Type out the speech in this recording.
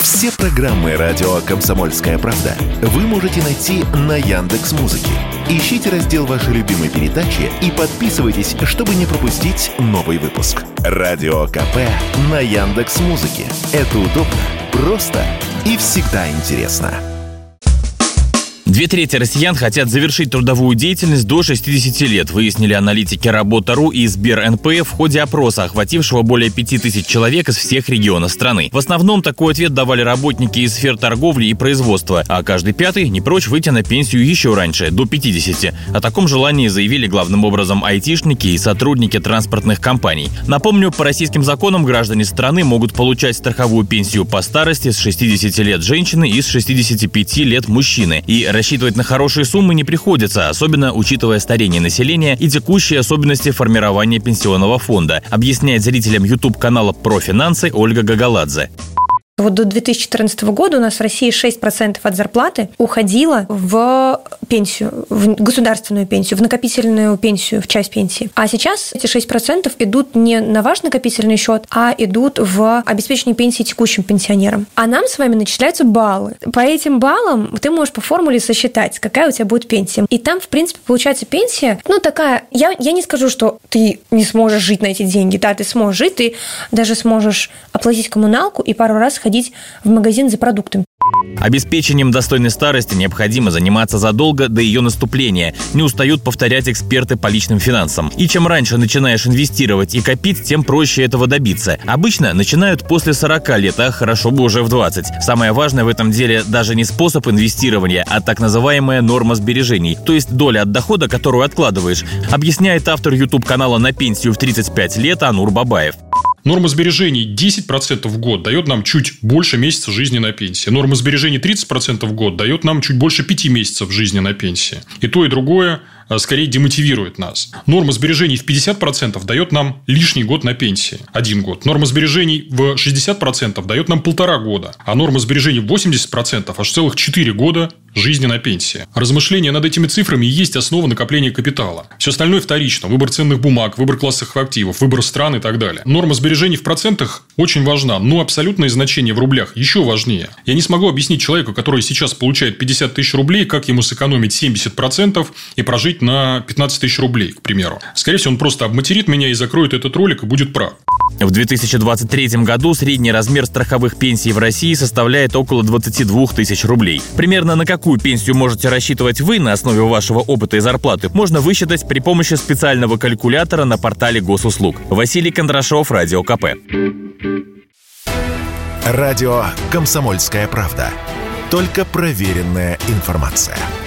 Все программы радио «Комсомольская правда» вы можете найти на Яндекс.Музыке. Ищите раздел вашей любимой передачи и подписывайтесь, чтобы не пропустить новый выпуск. Радио КП на Яндекс.Музыке. Это удобно, просто и всегда интересно. 2/3 россиян хотят завершить трудовую деятельность до 60 лет, выяснили аналитики Работа.ру и Сбер.НП в ходе опроса, охватившего более 5000 человек из всех регионов страны. В основном такой ответ давали работники из сфер торговли и производства, а каждый пятый не прочь выйти на пенсию еще раньше, до 50. О таком желании заявили главным образом айтишники и сотрудники транспортных компаний. Напомню, по российским законам граждане страны могут получать страховую пенсию по старости с 60 лет женщины и с 65 лет мужчины. И рассчитывать на хорошие суммы не приходится, особенно учитывая старение населения и текущие особенности формирования пенсионного фонда, объясняет зрителям YouTube-канала «Про финансы» Ольга Гагаладзе. Вот до 2014 года у нас в России 6% от зарплаты уходило в пенсию, в государственную пенсию, в накопительную пенсию, в часть пенсии. А сейчас эти 6% идут не на ваш накопительный счет, а идут в обеспечение пенсии текущим пенсионерам. А нам с вами начисляются баллы. По этим баллам ты можешь по формуле сосчитать, какая у тебя будет пенсия. И там, в принципе, получается пенсия, такая... Я не скажу, что ты не сможешь жить на эти деньги. Да, ты сможешь жить, ты даже сможешь оплатить коммуналку и пару раз ходить в магазин за продуктами. Обеспечением достойной старости необходимо заниматься задолго до ее наступления, не устают повторять эксперты по личным финансам. И чем раньше начинаешь инвестировать и копить, тем проще этого добиться. Обычно начинают после 40 лет, а хорошо бы уже в 20. Самое важное в этом деле даже не способ инвестирования, а так называемая норма сбережений, то есть доля от дохода, которую откладываешь, объясняет автор YouTube-канала «На пенсию в 35 лет» Анур Бабаев. Норма сбережений 10% в год дает нам чуть больше месяца жизни на пенсии. Норма сбережений 30% в год дает нам чуть больше 5 месяцев жизни на пенсии. И то, и другое скорее демотивирует нас. Норма сбережений в 50% дает нам лишний год на пенсии. 1 год. Норма сбережений в 60% дает нам 1,5 года. А норма сбережений в 80% аж целых 4 года жизни на пенсии. Размышления над этими цифрами и есть основа накопления капитала. Все остальное вторично. Выбор ценных бумаг, выбор классовых активов, выбор стран и так далее. Норма сбережений в процентах очень важна, но абсолютное значение в рублях еще важнее. Я не смогу объяснить человеку, который сейчас получает 50 тысяч рублей, как ему сэкономить 70% и прожить на 15 тысяч рублей, к примеру. Скорее всего, он просто обматерит меня и закроет этот ролик и будет прав. В 2023 году средний размер страховых пенсий в России составляет около 22 тысяч рублей. Примерно на какую пенсию можете рассчитывать вы на основе вашего опыта и зарплаты, можно высчитать при помощи специального калькулятора на портале Госуслуг. Василий Кондрашов, Радио КП. Радио «Комсомольская правда». Только проверенная информация.